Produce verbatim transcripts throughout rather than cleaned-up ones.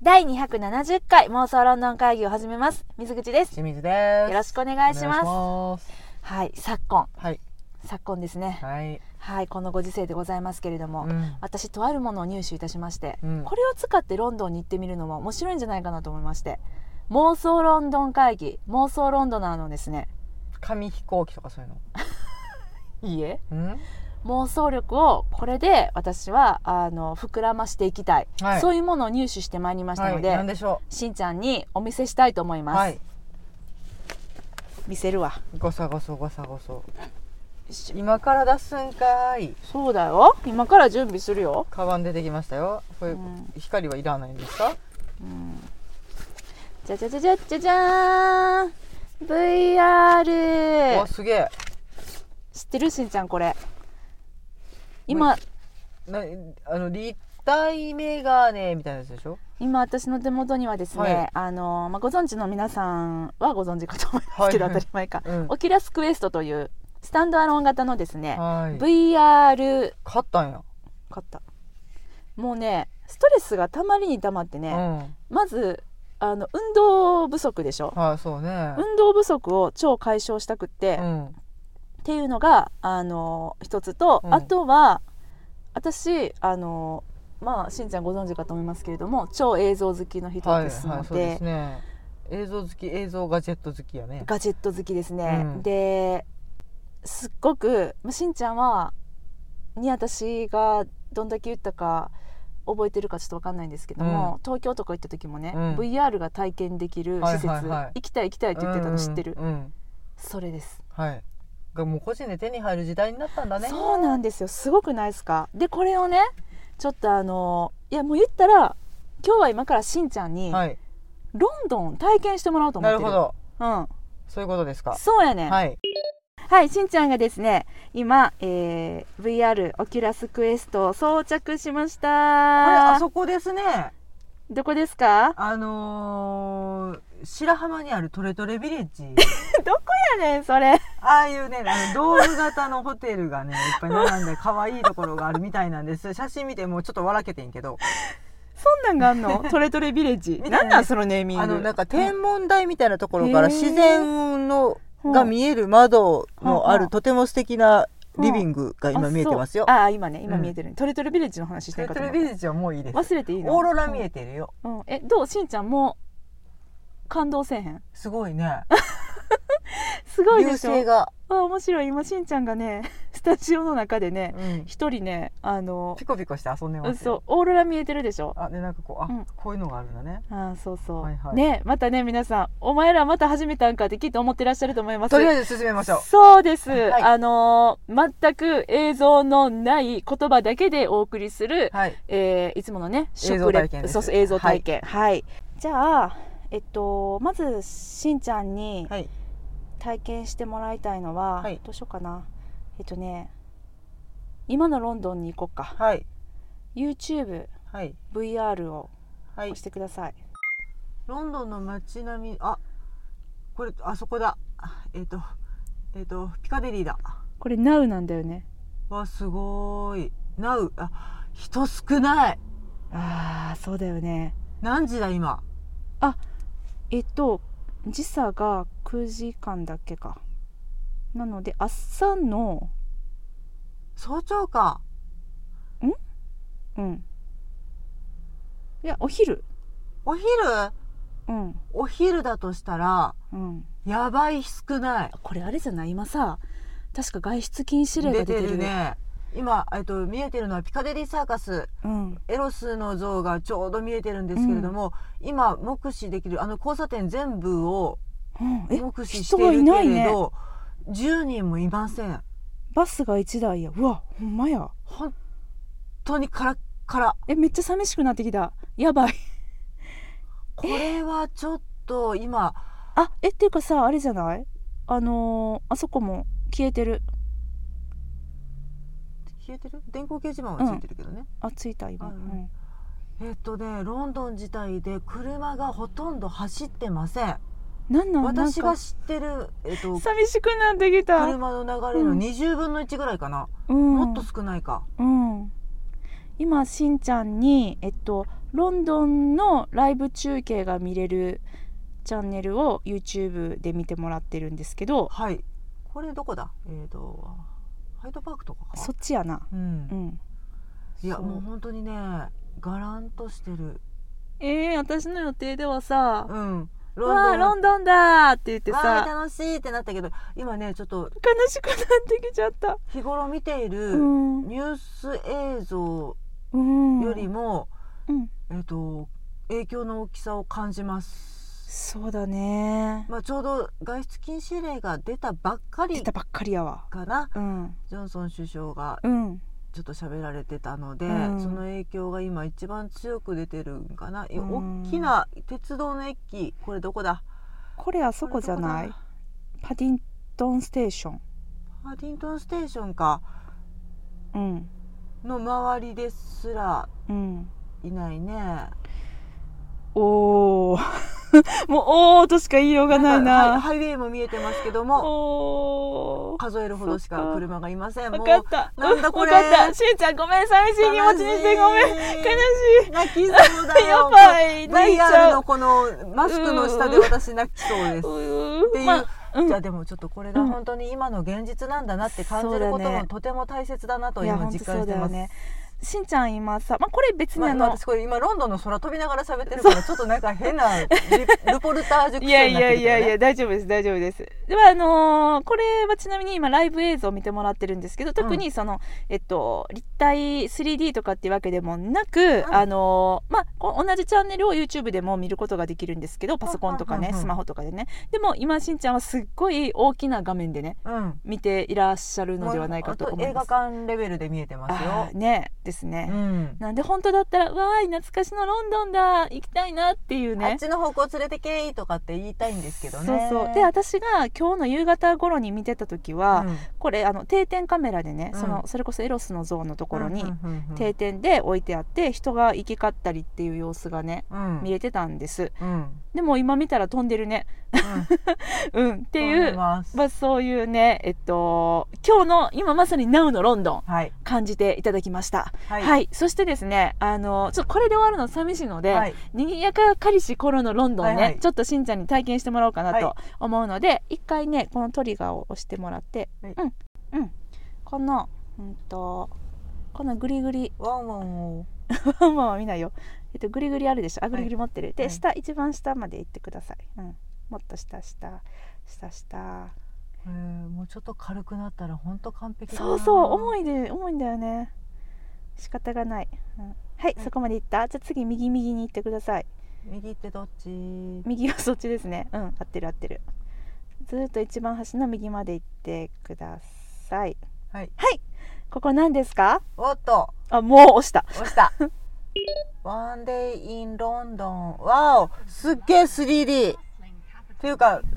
だいにひゃくななじゅっかい妄想ロンドン会議を始めます。水口です。 清水です。 よろしくお願いします。 ます。 はい、昨今、 はい、 昨今ですね。 はい、 はい、このご時世でございますけれども、 うん、 私とあるものを入手いたしまして、うん、これを使ってロンドンに行ってみるのも面白いんじゃないかなと思いまして、妄想ロンドン会議、妄想ロンドナーのですね、 紙飛行機とかそういうのいいえ、 うん、 妄想力をこれで私はあの膨らましていきたい、はい、そういうものを入手してまいりましたので、 はい、何でしょう。 しんちゃんにお見せしたいと思います、はい、見せるわ。 ごそごそごそごそ。今から出すんかい。 そうだよ、今から準備するよ。 カバン出てきましたよ。これ、うん、光はいらないんですか？ うん、じゃじゃじゃじゃじゃじゃーん ブイアール。 わ、すげえ。 知ってる？しんちゃんこれ今なあの立体メガネみたいなやつでしょ。 今私の手元にはですね、はい、あのまあ、ご存知の皆さんはご存知かと思いますけど、はい、当たり前か、うん、オキュラスクエストというスタンドアローン型のですね、はい、ブイアール買ったんや。 買った。もうねストレスがたまりにたまってね、うん、まずあの運動不足でしょ、 はい、そうね、 運動不足を超解消したくって、うん、っていうのがあの一つと、うん、あとは私あのまあしんちゃんご存知かと思いますけれども、超映像好きの人ですので、はいはい、そうですね、 映像好き、映像ガジェット好きやね。 ガジェット好きですね、うん、ですっごく、まあ、しんちゃんはに私がどんだけ言ったか覚えてるかちょっと分かんないんですけども、うん、東京とか行った時もね、うん、ブイアール が体験できる施設、はいはいはい、行きたい行きたいって言ってたの知ってる？うんうん、それです。 はい。がもう個人で手に入る時代になったんだね。 そうなんですよ。すごくないですか？でこれをねちょっとあのいやもう言ったら今日は今からしんちゃんに、はい、ロンドン体験してもらおうと思ってる。 なるほど、 うん、 そういうことですか。 そうやねん。 はい、 はい、しんちゃんがですね今、えー、ブイアール オキュラスクエストを装着しました。これあそこですね。 どこですか？ あのー、白浜にあるトレトレビレッジどこやねんそれ。 ああいうねあのドーム型のホテルがねいっぱい並んで可愛いところがあるみたいなんです。写真見てもうちょっと笑けてんけど、 そんなんがあんの？トレトレビレッジなんなんそのネーミング。 あのなんか天文台みたいなところから自然のが見える窓のあるとても素敵なリビングが今見えてますよ。 ああ今ね今見えてる、うん、トレトレビレッジの話してるかと思った。 トレトレビレッジはもういいです。 忘れていいの？ オーロラ見えてるよ、 うんうん、えどう？しんちゃんも感動せえへん？ すごいねすごいでしょ。 流星があ面白い。今しんちゃんがねスタジオの中でね一、うん、人ねあのピコピコして遊んでますよ。 そうオーロラ見えてるでしょ。 あでなんかこうあ、うん、こういうのがあるんだね。 あそうそう、 はいはい、 ねまたね皆さんお前らまた始めたんかってきっと思ってらっしゃると思います。 とりあえず進めましょう。 そうです、はい、あのー、全く映像のない言葉だけでお送りする、はいえー、いつものね映像体験です。 そうそう映像体験、はい、はい、じゃあえっとまずしんちゃんに、はい体験してもらいたいのは、はい、どうしようかな。えっとね今のロンドンに行こうか、はい、YouTube、はい、ブイアール を押してください、はい、 ロンドンの街並み、あこれあそこだ、えっとえっとピカデリーだ。 これ ナウ なんだよね。 わすごい ナウ あ人少ない。 あーそうだよね。 何時だ今？ あえっと時差がくじかんだっけか。なので朝の早朝か。 んうんいやお昼お昼うんお昼だとしたら、うん、やばい少ない。 これあれじゃない？今さ確か外出禁止令が出てる。 出てるね。今、えっと、見えてるのはピカデリーサーカス、うん、エロスの像がちょうど見えてるんですけれども、うん、今目視できるあの交差点全部を目視してるけれど、うん、ね、じゅうにんもいません。 バスがいちだいや。うわほんまや。 本当にカラッカラ。 えめっちゃ寂しくなってきた。やばいこれはちょっと今あえっていうかさあれじゃないあのー、あそこも消えてる。 消えてる？電光掲示板はついてるけどね、 うん、あついた今、うん、 えっとねロンドン自体で車がほとんど走ってません。 なんなん私が知ってる、えっと、 寂しくなってきた。 車の流れのにじゅうぶんのいちぐらいかな、うん、もっと少ないか、 うん、今しんちゃんに、えっと、 ロンドンのライブ中継が見れるチャンネルを YouTube で見てもらってるんですけど、 はい、これどこだ、えーとハイドパークとかか、 そっちやな、 うん、うん、いやもう本当にねガランとしてる。 えー、私の予定ではさ、 うん、 ロンドン、わーロンドンだって言ってさ、 わー楽しいってなったけど、今ねちょっと悲しくなってきちゃった。 日頃見ているニュース映像よりも、うんうん、えーと影響の大きさを感じます。 そうだね、 まあ、ちょうど外出禁止令が出たばっかり出たばっかりやわかな、 うん、 ジョンソン首相がちょっと喋られてたので、うん、その影響が今一番強く出てるんかな、うん、大きな鉄道の駅、これどこだ、 これあそこじゃない、パディントンステーション、 パディントンステーションか、うん、の周りですらいないね、 うん、おーもうおーとしか言いようがないな。 ハイウェイも見えてますけども、数えるほどしか車がいません。 分かった、 なんだこれ、 分かった、しーちゃんごめん、寂しい気持ちにしてごめん、悲しい、 泣きそうだよやばい、 ブイアール のこのマスクの下で私泣きそうですっていう、まあうん、じゃあでもちょっとこれが本当に今の現実なんだなって感じることもとても大切だなと今実感してます。 しんちゃん今さ、まあ、これ別にあの、 まあ、私これ今ロンドンの空飛びながら喋ってるからちょっとなんか変なルポルタージュ口調になってるけどね。いやいやいやいや大丈夫です大丈夫です。ではあのー、これはちなみに今ライブ映像を見てもらってるんですけど、特にその、うん、えっと立体 スリーディー とかっていうわけでもなく、うん、あのー、まあ同じチャンネルを YouTube でも見ることができるんですけど、パソコンとかね、うん、スマホとかでね。でも今しんちゃんはすっごい大きな画面でね、うん、見ていらっしゃるのではないかと思います。 映画館レベルで見えてますよ。 ねですね。うんなんで本当だったらわーい懐かしのロンドンだ行きたいなっていうね、 あっちの方向連れてけーとかって言いたいんですけどね。 そうそうで私が今日の夕方頃に見てた時は、うん、これあの定点カメラでね、うん、そのそれこそエロスの像のところに定点で置いてあって人が行き交ったりっていう様子がね、うん、見れてたんです、うん、でも今見たら飛んでるね、うん、うん、っていうまあ、そういうねえっと今日の今まさに ナウ のロンドン、はい、感じていただきました、はいはい、そしてですねあのちょっとこれで終わるの寂しいので、はい、にぎやかかりし頃のロンドンね、はいはい、ちょっとしんちゃんに体験してもらおうかなと思うので、はい、一回ねこのトリガーを押してもらって、はい、うんうんこのうんとこのグリグリワンワンをワンワンは見ないよ、えっと、グリグリあるでしょ、あグリグリ持ってる、はい、で下一番下まで行ってください、うん、もっと下下下下えー、もうちょっと軽くなったら本当完璧だな。 そうそう重いで重いんだよね、仕方がない、うん、はい、はい、そこまで行った。じゃあ次右右に行ってください。 右ってどっち？ 右はそっちですね、うん合ってる合ってる。ずっと一番端の右まで行ってください。はい、はい、ここ何ですか？ おっとあもう押した押したOne day in London。 わおすっげえ スリーディー っていうか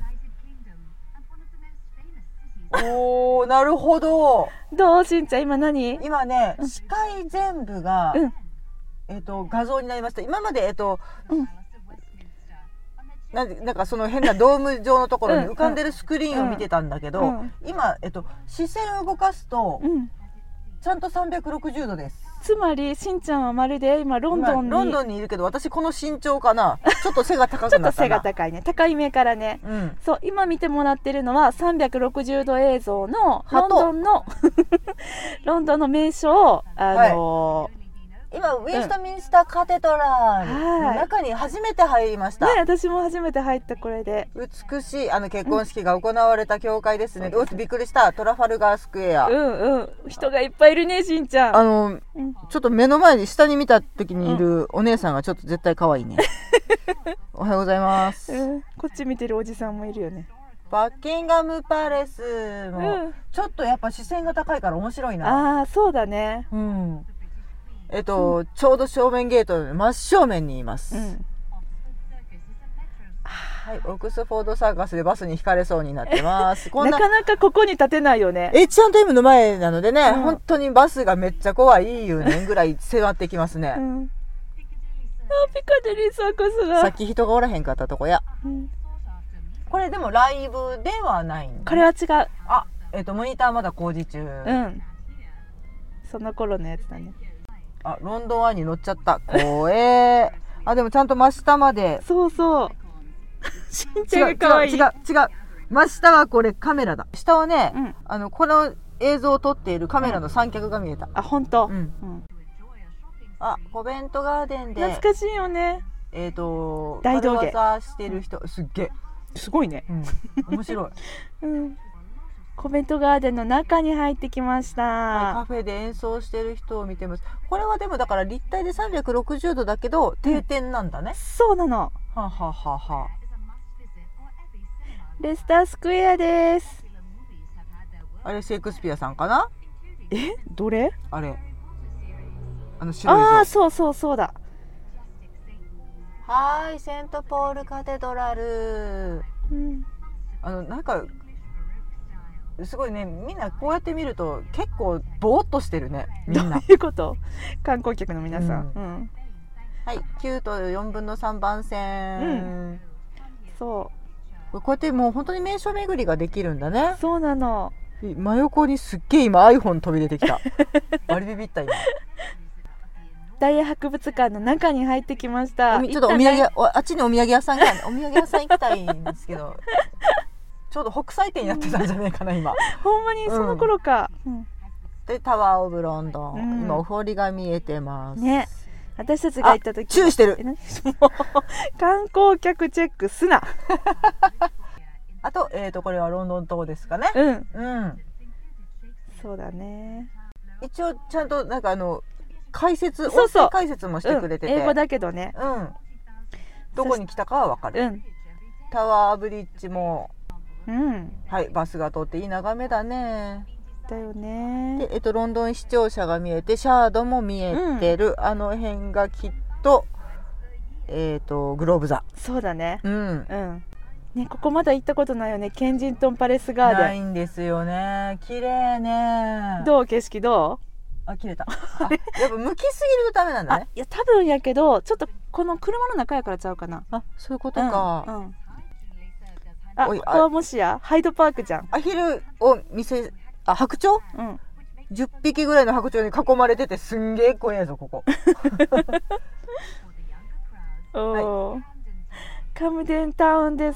おーなるほど。 どうしんちゃん今何？ 今ね、うん、視界全部が、うんえー、と画像になりました。今まで、えーとうん、な, なんかその変なドーム状のところに浮かんでるスクリーンを見てたんだけど、うんうん、今、えー、と視線を動かすと、うん、ちゃんとさんびゃくろくじゅうどです。 つまりしんちゃんはまるで今ロンドンにロンドンにいるけど、私この身長かなちょっと背が高くなったなちょっと背が高いね、高い目からね、うん、そう今見てもらってるのはさんびゃくろくじゅうど映像のロンドンのロンドンの名所をあのーはい今ウィンストミンスターカテドラルの中に初めて入りました、 はいね、私も初めて入った。これで美しいあの結婚式が行われた教会ですね、うん、おっびっくりした。トラファルガースクエア、 うんうん人がいっぱいいるねしんちゃん。 あの、うん、ちょっと目の前に下に見た時にいるお姉さんがちょっと絶対可愛いね、うん、おはようございます、 うん、こっち見てるおじさんもいるよね。 バッキンガムパレスも、うん、ちょっとやっぱ視線が高いから面白いな。 あーそうだね、 うんえっと、うん、ちょうど正面ゲートの真正面にいます、うん、はい、オックスフォードサーカスでバスに引かれそうになってますこん な, なかなかここに立てないよね。 エイチアンドエム の前なのでね、うん、本当にバスがめっちゃ怖いいうねんぐらい迫ってきますね、うん、 あピカデリーサーカスだ。 さっき人がおらへんかったとこや、うん、これでもライブではないん、ね、 これは違う。 あ、えっとモニターまだ工事中。 うんその頃のやつだね。 ああ、ロンドンアイに乗っちゃった。怖え。あ、でもちゃんと真下まで。 そうそうしんちゃんが可愛い。 違う違う違う違う。真下はこれカメラだ。下はね、 うん、 あのこの映像を撮っているカメラの三脚が見えた。 うん、あ、本当。 うんうん、あ、コベントガーデンで懐かしいよね。 えっ、ー、と大道芸技してる人、すっげえすごいね、 うん、面白い、 うん、コベントガーデンの中に入ってきました。 カフェで演奏してる人を見てます。これはでもだから立体でさんびゃくろくじゅうどだけど定点なんだね、うん、 そうなの。 ははははレスタースクエアです。 あれシェイクスピアさんかな。 え、どれ？ あれ、あの白い像。 ああ、そうそうそうだ。 はい、セントポールカテドラル、うん、あのなんかすごいね、みんなこうやって見ると結構ボーっとしてるね、みんな。 どういうこと？観光客の皆さん、うんうん、 はい、きゅうとよんぶんのさんばん線、うん、 そうこうやってもう本当に名所巡りができるんだね。 そうなの。 真横にすっげえ今 iPhone 飛び出てきた割りビビった今。 ダイヤ博物館の中に入ってきました。 ちょっとお土産、ね、あっちにお土産屋さんがお土産屋さん行きたいんですけどちょうど北斎店やってたんじゃねえかな今。 ほんまにその頃か、うん、 でタワーオブロンドン、うん、今お堀が見えてますね。私たちが行った時チューしてる観光客チェックすなあと、えーとこれはロンドン島ですかね。 うん、 うん、 そうだね。 一応ちゃんとなんかあの解説、音声解説もしてくれてて、 うん、英語だけどね、 うん、どこに来たかはわかる、うん、タワーブリッジも、うん、はい、バスが通っていい眺めだね。 だよね。 で、えっと、ロンドン市庁舎が見えてシャードも見えてる、うん、あの辺がきっとえっとグローブ座。 そうだね、 うん、 うんね、ここまだ行ったことないよね。ケンジントンパレスガーデンないんですよね。綺麗ね。 どう？景色どう？ あ、切れた。あ、やっぱ向きすぎるとダメなんだね。 いや多分やけどちょっとこの車の中やからちゃうかな。 あ、そういうことか、うんうん、 あ、ここはもしやハイドパークじゃん。 アヒルを見せ、あ、白鳥、うん、じゅっぴきぐらいの白鳥に囲まれててすんげえ怖いぞここお、はい、カムデンタウンです。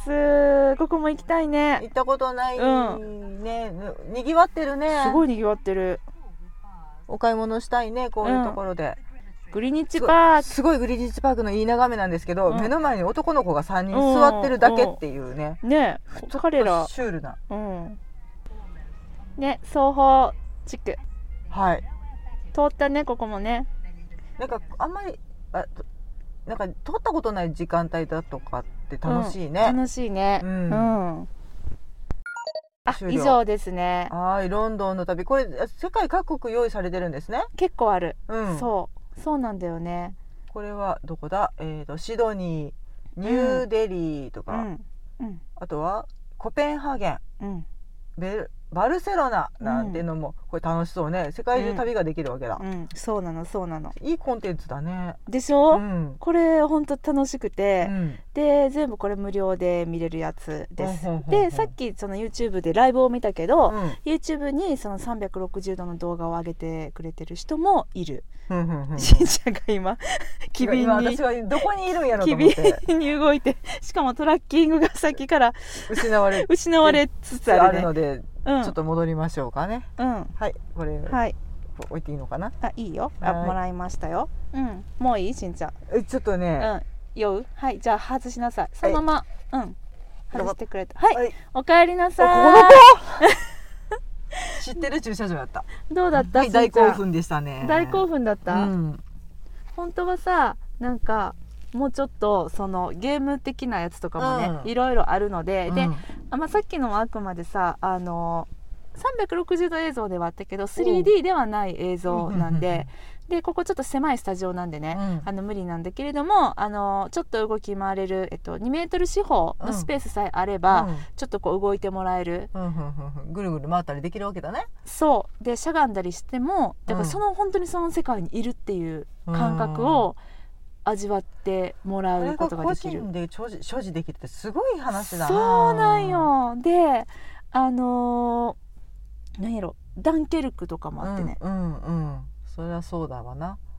ここも行きたいね。 行ったことないね、うん、にぎわってるね。 すごいにぎわってる。 お買い物したいね、こういうところで、 うん、グリニッチパーク、 すごいグリニッチパークのいい眺めなんですけど、うん、目の前に男の子がさんにん座ってるだけっていうね、 うん、ね、彼らシュールな、 うん、ね、双方地区、 はい、 通ったね。ここもね、 なんかあんまりあなんか通ったことない時間帯だとかって楽しいね、 うん、楽しいね、うん、うん、あ、以上ですね。 はい、ロンドンの旅、これ世界各国用意されてるんですね。 結構ある、 うん、 そうそうなんだよね。 これはどこだ、えーと、シドニー、ニューデリーとか、うんうん、あとはコペンハーゲン、うん、ベルバルセロナなんていうのもこれ楽しそうね。世界中旅ができるわけだ、 うんうん、そうなのそうなの。 いいコンテンツだね。 でしょ、うん、これほんと楽しくて、うん、で全部これ無料で見れるやつです、うん、でさっきその YouTube でライブを見たけど、うん、YouTube にそのさんびゃくろくじゅうどの動画を上げてくれてる人もいる。しんちゃんが今機敏に今私はどこにいるんやろと思って機敏に動いて、しかもトラッキングがさっきから失われ失われつつある、ね、 あるので、うん、ちょっと戻りましょうかね、うん、はい、これ、はい、置いていいのかな。 あ、いいよ、あ、もらいましたよ、うん、もういい、しんちゃん。 え、ちょっとね、 うん、酔う。はい、じゃあ外しなさい。そのまま、はい、うん、外してくれた。はい、はい、お帰りなさい。ここ知ってる駐車場やった。 どうだった？ はい、大興奮でしたね。 大興奮だった、うん、本当はさ、なんかもうちょっとそのゲーム的なやつとかもね、うん、いろいろあるので、うん、で、あ、まあ、さっきのはあくまでさ、あのさんびゃくろくじゅうど映像ではあったけど スリーディー ではない映像なんで、でここちょっと狭いスタジオなんでね、うん、あの無理なんだけれども、あのちょっと動き回れる、えっと、にメートル四方のスペースさえあれば、うん、ちょっとこう動いてもらえる、 うんうんうん、ぐるぐる回ったりできるわけだね。 そうで、しゃがんだりしてもだからその、うん、本当にその世界にいるっていう感覚を味わってもらうことができる。 個人で所持、所持できるってすごい話だな。 そうなんよ。で、あのー、何やろ、ダンケルクとかもあってね、 うんうんうん、そりゃそうだわな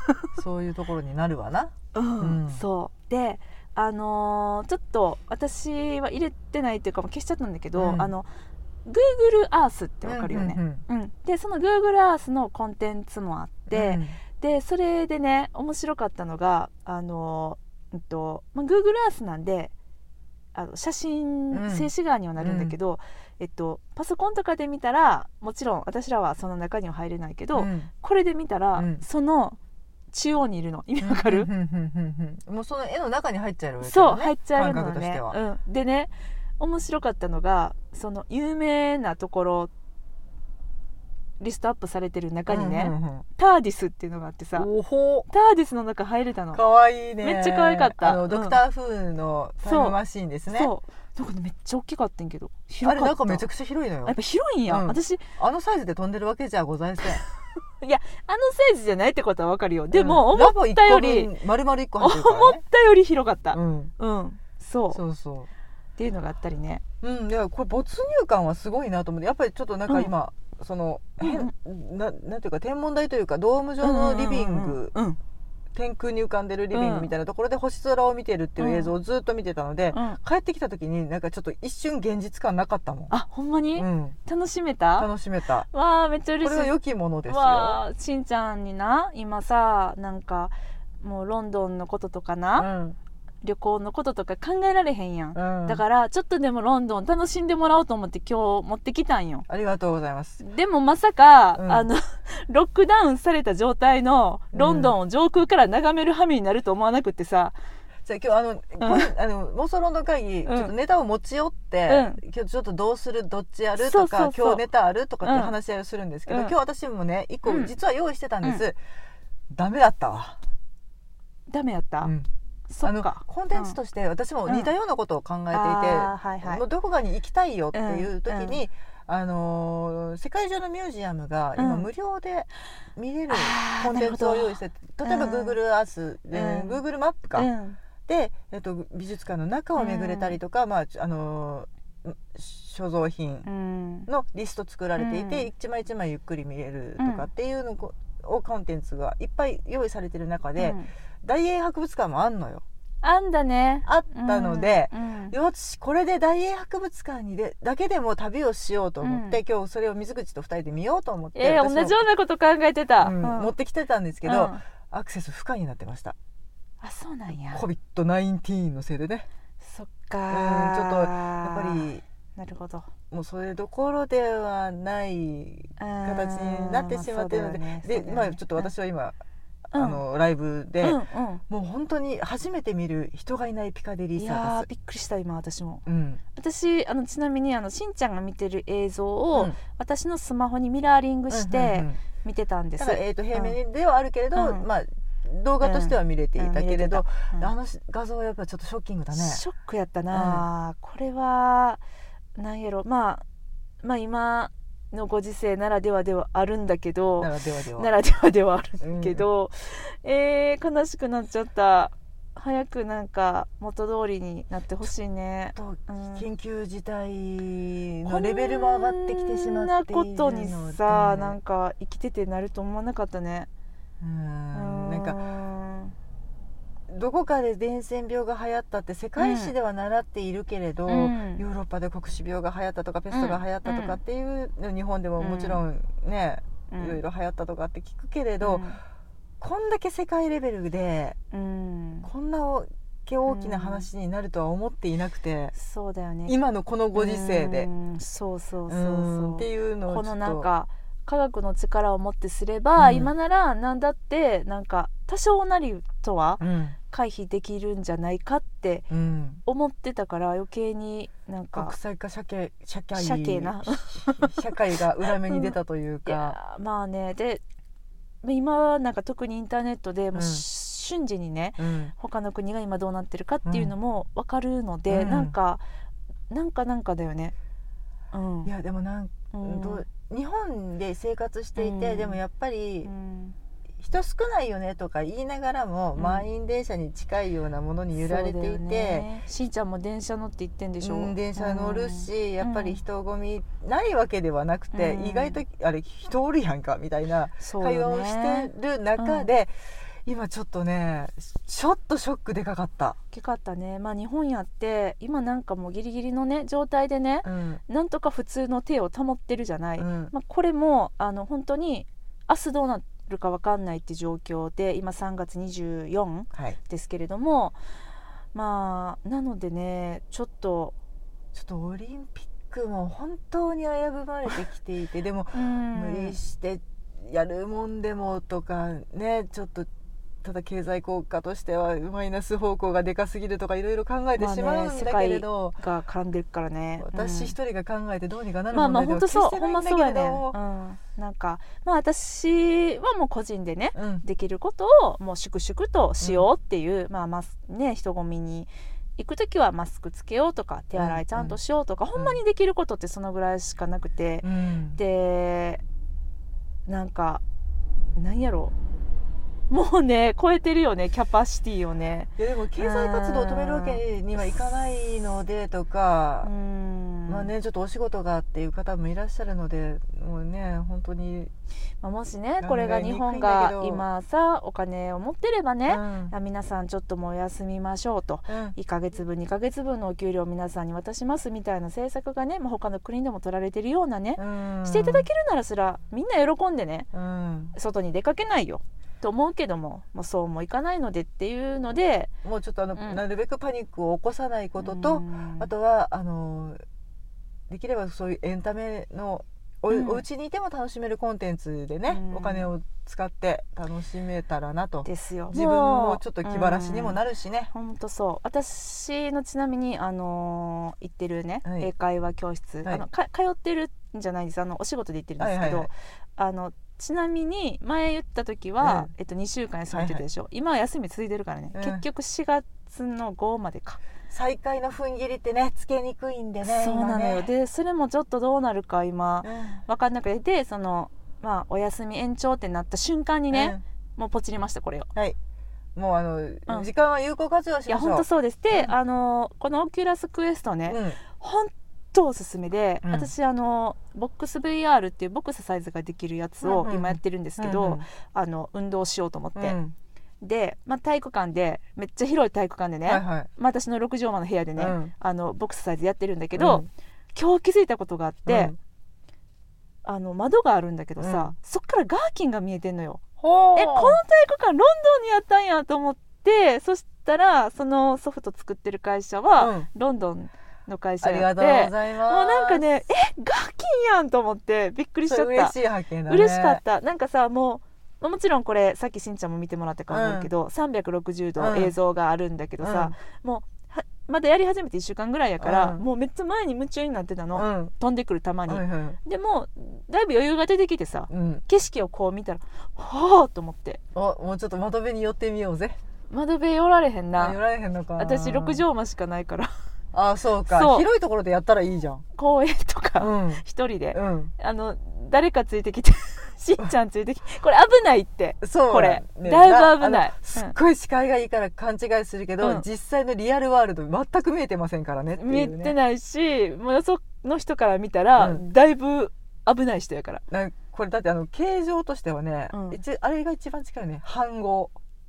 そういうところになるわな。 うんうん、そうであのー、ちょっと私は入れてないっていうかもう消しちゃったんだけど、うん、あの Google Earth ってわかるよね、うんうんうん、でその Google Earth のコンテンツもあって、うん、でそれでね面白かったのがあのー、うんとまあ、Google Earth なんであの写真静止画にはなるんだけど、うんえっと、パソコンとかで見たらもちろん私らはその中には入れないけど、うん、これで見たら、うん、その中央にいるの意味わかる？ もうその絵の中に入っちゃうよね。 そう入っちゃうのね、うん、でね面白かったのがその有名なところリストアップされてる中にね、うんうんうん、ターディスっていうのがあってさ、おほターディスの中入れたの。 かわいいね。 めっちゃ可愛かった。 あのドクター・フーのタイムマシーンですね。 そうそうなんか、ね、めっちゃ大きかったんけど広かった。あれなんかめちゃくちゃ広いのよ。 やっぱ広いんや、うん、私あのサイズで飛んでるわけじゃございませんいやあのサイズじゃないってことは分かるよ。でも、うん、思ったより丸々いっこ入ってるからね。 思ったより広かった。うん、うん、そうそうそうっていうのがあったりね。 うん、いやこれ没入感はすごいなと思って、やっぱりちょっとなんか今、うん、その変、うん、な, なんていうか天文台というかドーム状のリビング、うんうんうん、天空に浮かんでるリビングみたいなところで星空を見てるっていう映像をずっと見てたので、うん、帰ってきた時になんかちょっと一瞬現実感なかったもん。 あ、ほんまに、うん、楽しめた？ 楽しめた。 わーめっちゃ嬉しい。 これは良きものですよ。 わーしんちゃんにな今さなんかもうロンドンのこととかな、うん、旅行のこととか考えられへんやん、うん、だからちょっとでもロンドン楽しんでもらおうと思って今日持ってきたんよ。 ありがとうございます。 でもまさか、うん、あのロックダウンされた状態のロンドンを上空から眺める羽目になると思わなくってさ、 じゃあ今日あの、うん、あの妄想ロンドン会議、うん、ちょっとネタを持ち寄って、うん、今日ちょっとどうするどっちやるとか、そうそうそう今日ネタあるとかって話し合いをするんですけど、うん、今日私もね一個実は用意してたんです、うん、ダメだったわ。 ダメやった、うんあのコンテンツとして私も似たようなことを考えていて、うんはいはい、どこかに行きたいよっていう時に、うんうんあのー、世界中のミュージアムが今無料で見れるコンテンツを用意して、うん、例えば Google Earth で、うん、Google マップか、うん、で、えっと、美術館の中を巡れたりとか、うんまああのー、所蔵品のリスト作られていて、うん、一枚一枚ゆっくり見れるとかっていうのをコンテンツがいっぱい用意されてる中で、うん大英博物館もあんのよ。 あんだね。 あったので、うんうん、よしこれで大英博物館にでだけでも旅をしようと思って、うん、今日それを水口とふたりで見ようと思って、 えー、同じようなこと考えてた、 うんうん、持ってきてたんですけど、うん、アクセス不可になってました。 あ、そうなんや。 コビッドナインティーン のせいでね。 そっか、 うん、ちょっとやっぱりなるほどもうそれどころではない形になってしまっているので、ねでね、まあ、ちょっと私は今、うんあのライブで、うんうん、もう本当に初めて見る人がいないピカデリーサーカス。 いやびっくりした今私も、うん、私あのちなみにあのしんちゃんが見てる映像を、うん、私のスマホにミラーリングして見てたんです、 だから、えー、と平面ではあるけれど、うんまあ、動画としては見れていたけれど、うんうん、あの画像はやっぱちょっとショッキングだね。 ショックやったな、うん、これはなんやろ、まあ、まあ今のご時世ならではではあるんだけどならではではならではではあるけど、うん、えー、悲しくなっちゃった。早くなんか元通りになってほしいね。 と、うん、緊急事態のレベルも上がってきてしまっているので、 こんなことにさなんか生きててなると思わなかったね。 うーんなんかどこかで伝染病が流行ったって世界史では習っているけれど、うん、ヨーロッパで黒死病が流行ったとかペストが流行ったとかっていう、うん、日本でももちろんね、うん、いろいろ流行ったとかって聞くけれど、うん、こんだけ世界レベルで、うん、こんな大きな話になるとは思っていなくて、 うん、そうだよね、 今のこのご時世で、 うん、そうそうそうそう、うん、 っていうのをちょっとこのなんか科学の力をもってすれば、うん、今なら何だってなんか多少なりとは回避できるんじゃないかって思ってたから余計になんか国際化社会社会社会な社会が裏目に出たというか、うん、いやまあねで今はなんか特にインターネットでもう瞬時にね、うん、他の国が今どうなってるかっていうのも分かるので、うん、なんかなんかなんかだよね、 うん、いやでもなん、うん、どう日本で生活していて、うん、でもやっぱり、うん、人少ないよねとか言いながらも、うん、満員電車に近いようなものに揺られていて、 ね、しーちゃんも電車乗って行ってんでしょ、 うん、電車乗るし、うん、やっぱり人混みないわけではなくて、うん、意外とあれ人おるやんかみたいな会話をしてる中で、 今ちょっとねちょっとショックでかかったでかかったね。まあ日本やって今なんかもうギリギリのね状態でね、うん、なんとか普通の手を保ってるじゃない、うん、まあ、これもあの本当に明日どうなるか分かんないって状況で今さんがつにじゅうよっかですけれども、はい、まあなのでねちょっとちょっとオリンピックも本当に危ぶまれてきていてでも無理してやるもんでもとかねちょっとただ経済効果としてはマイナス方向がでかすぎるとかいろいろ考えてしまうんだけれど、 まあね、世界が絡んでるからね、 私一人が考えてどうにかなるもんでは決してないんだけれど、 まあまあ本当そう、ほんまそうやね、うん、なんかまあ私はもう個人でね、うん、できることをもう粛々としようっていう、うん、まあまあね人混みに行くときはマスクつけようとか手洗いちゃんとしようとか、うん、ほんまにできることってそのぐらいしかなくて、うん、でなんかなんやろもうね超えてるよねキャパシティをね。 いやでも経済活動を止めるわけにはいかないのでとか、うんまあねちょっとお仕事がっていう方もいらっしゃるのでもうね本当に、 まあ、もしねこれが日本が今さお金を持ってればね、うん、皆さんちょっともう休みましょうと、うん、いっかげつぶんにかげつぶんのお給料を皆さんに渡しますみたいな政策がね、まあ、他の国でも取られてるようなね、うん、していただけるならそらみんな喜んでね、うん、外に出かけないよと思うけども、まあ、そうもいかないのでっていうのでもうちょっとあの、うん、なるべくパニックを起こさないことと、うん、あとはあのできればそういうエンタメの お,、うん、お家にいても楽しめるコンテンツでね、うん、お金を使って楽しめたらなとですよ。 自分もちょっと気晴らしにもなるしね。 本当そう。私のちなみに、あのー、行ってるね、はい、英会話教室、はい、あのか通ってるんじゃないです、あのお仕事で行ってるんですけど、はいはいはい、あのちなみに前言った時は、うんえっと、にしゅうかん休みってたでしょ、はいはい、今は休み続いてるからね、うん、結局しがつのごまでか再開の踏ん切りってねつけにくいんでね。 そうなのよ、ね、でそれもちょっとどうなるか今、うん、分かんなくてその、まあ、お休み延長ってなった瞬間にね、うん、もうポチりましたこれを。 はいもうあの、うん、時間は有効活用しましょう。いや本当そうです。で、うん、あのこのオキュラスクエストね、うん、本当おすすめで、うん、私あのボックス ブイアール っていうボクサイズができるやつを今やってるんですけど、うんうん、あの運動しようと思って、うん、で、まあ、体育館でめっちゃ広い体育館でね、はいはいまあ、私のろくじょうまの部屋でね、うん、あのボクサイズやってるんだけど、うん、今日気づいたことがあって、うん、あの窓があるんだけどさ、うん、そっからガーキンが見えてんのよ。えこの体育館ロンドンにやったんやと思って、そしたらそのソフト作ってる会社は、うん、ロンドンの会社やって、ありがとうございます。もうなんかねえガーキンやんと思ってびっくりしちゃった。 嬉しい発見だね。 嬉しかった。なんかさもうもちろんこれさっきしんちゃんも見てもらったか思うけど、うん、さんびゃくろくじゅうど映像があるんだけどさ、うん、もうまだやり始めていっしゅうかんぐらいやから、うん、もうめっちゃ前に夢中になってたの、うん、飛んでくるたまに、はいはい、でもだいぶ余裕が出てきてさ、うん、景色をこう見たらはぁと思って、 おもうちょっと窓辺に寄ってみようぜ。 窓辺寄られへんな。 寄られへんのか。 私ろくじょうましかないからああそうかそう広いところでやったらいいじゃん。 公園とか、うん、一人で、うん、あの誰かついてきてしんちゃんついてきてこれ危ないってそう、ね、これだいぶ危ない。 すっごい視界がいいから勘違いするけど、うん、実際のリアルワールド全く見えてませんからねっていうね。 見えてないしもうよその人から見たら、うん、だいぶ危ない人やから。 なこれだってあの形状としてはね、うん、あれが一番近いね飯盒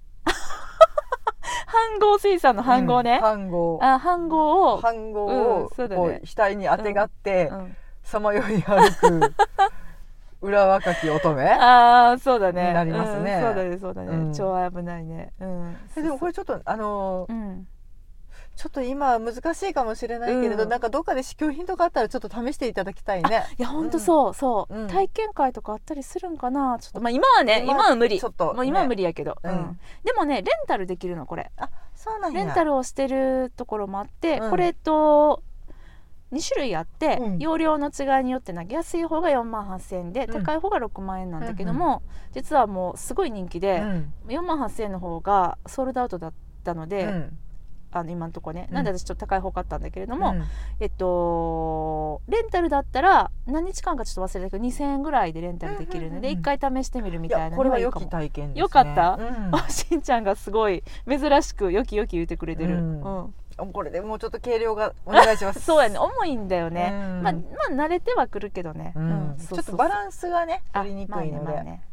飯盒水産の飯盒ね、 うん、飯盒あ飯盒を飯盒を、うんね、こう額にあてがってさまよい歩く裏若き乙女ああそうだねになりますね、 うん、そうだねそうだね、うん、超危ないね、うん、 でもこれちょっとあのーうん、ちょっと今難しいかもしれないけれど、うん、なんかどっかで試供品とかあったらちょっと試していただきたいね。 いや本当そう、うん、そう、うん、体験会とかあったりするんかな。ちょっとまあ今はね今, 今は無理ちょっと、ね、もう今は無理やけど、うん、でもねレンタルできるのこれ。 あそうなんや。 レンタルをしてるところもあって、これとにしゅるいあって、うん、容量の違いによってな安い方がよんまんはっせんえんで、うん、高い方がろくまんえんなんだけども、うんうん、実はもうすごい人気で、うん、よんまんはっせんえんの方がソールドアウトだったので、うん、あの今のところね、うん、なんで私ちょっと高い方買ったんだけれども、うん、えっとレンタルだったら何日間かちょっと忘れたけどにせんえんぐらいでレンタルできるので、うんうんうん、いっかい試してみるみたいなのがいいかも。 これは良き体験ですね。 よかった、うん、しんちゃんがすごい珍しくよきよき言ってくれてる、うんうんこれでもうちょっと軽量がお願いしますそうやね重いんだよね、うんまあ、まあ慣れてはくるけどね、うんうん、そうそうそうちょっとバランスがね取りにくいので、 まあねまあねうん、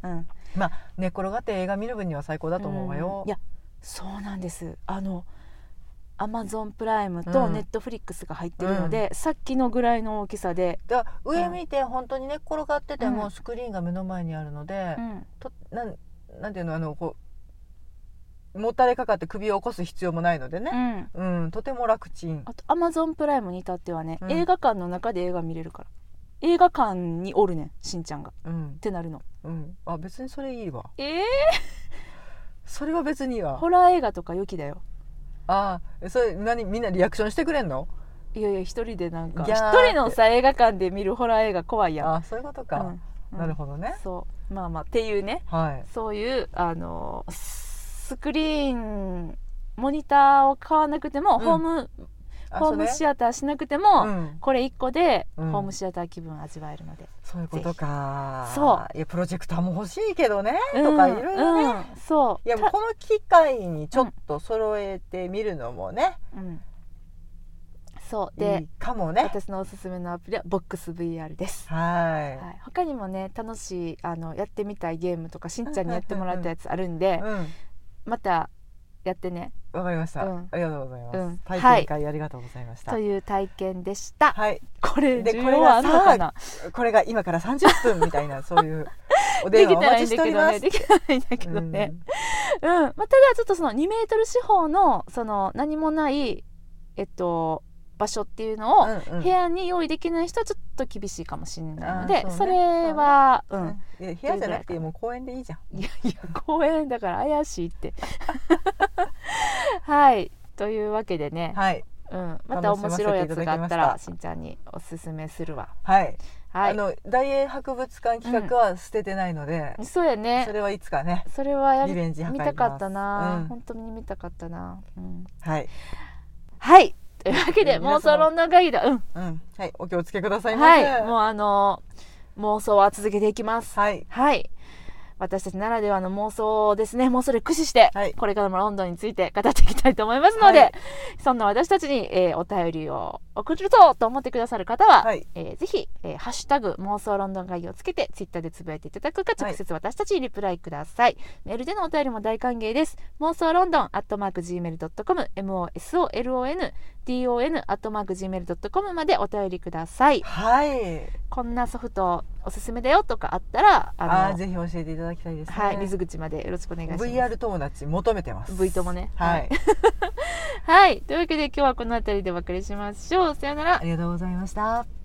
まあ寝転がって映画見る分には最高だと思うわよ。 うん、いやそうなんです。あのアマゾンプライムとネットフリックスが入ってるので、うん、さっきのぐらいの大きさでだ上見て本当に寝っ転がっててもスクリーンが目の前にあるので、うん、となんなんていうのあのこうもたれかかって首を起こす必要もないのでね、うんうん、とても楽ちん。 あとアマゾンプライムに至ってはね、うん、映画館の中で映画見れるから映画館におるねんしんちゃんが、うん、ってなるの、 うん、あ別にそれいいわ。 えー、 それは別にいいわ。 ホラー映画とか良きだよ。 ああそれ何みんなリアクションしてくれんの？ いやいや一人でなんか一人のさ映画館で見るホラー映画怖いやん。 あそういうことか、うん、なるほどね。 そうまあまあっていうね、はい、そういうあのスクリーンモニターを買わなくても、うん、ホームホームシアターしなくても、うん、これいっこでホームシアター気分味わえるので、うん、 そういうことか。 そういやプロジェクターも欲しいけどね、うん、とかいろいろね、うん、 そういやこの機会にちょっと揃えてみるのもね、うん、 そうでいいかもね。 私のおすすめのアプリはボックス ブイアール です。 はい、 はい、他にもね楽しいあのやってみたいゲームとかしんちゃんにやってもらったやつあるんで、うん、またやってね。 わかりました、うん、ありがとうございます、うん、体験会ありがとうございました、 はい、という体験でした。 はい、 これでこれがさこれが今からさんじゅっぷんみたいなそういうお電話お待ちしております。 できたらいいんだけどね、うん、うんまあ、ただちょっとそのにメートル四方のその何もないえっと場所っていうのを部屋に用意できない人はちょっと厳しいかもしれないので、うんうん、それはう、ね、 うん、いや部屋じゃなくてもう公園でいいじゃん。 いやいや公園だから怪しいってはいというわけでね、はいうん、また面白いやつがあったらしんちゃんにおすすめするわ。 はい、はい、あの大英博物館企画は捨ててないので、 うん、そうやね。 それはいつかねそれはやりリベンジ図ります。 見たかったな、 うん、 本当に見たかったな、うん、 はいはいというわけで妄想ロンドン会議だ、うん、 うん、はい、お気をつけくださいませ。 はい、もうあの妄想は続けていきます。 はい、 はい、私たちならではの妄想ですね。妄想で駆使して、はい、これからもロンドンについて語っていきたいと思いますので、はい、そんな私たちに、えー、お便りを送るとと思ってくださる方は、はい、えー、ぜひ、えー、ハッシュタグ妄想ロンドン会議をつけてツイッターでつぶやいていただくか、直接私たちにリプライください。メールでのお便りも大歓迎です。妄想ロンドンアットマーク ジーメールドットコム モーエスオーエルオーエヌディーオーエヌ アットマーク ジーメールドットコム までお便りください。 はい。 こんなソフトおすすめだよとかあったらあのあぜひ教えていただきたいですね。 はい、水口までよろしくお願いします。 ブイアール 友達求めてます。 V 友ね。 はい、 はい、というわけで今日はこの辺りでお別れしましょう。さよなら。 ありがとうございました。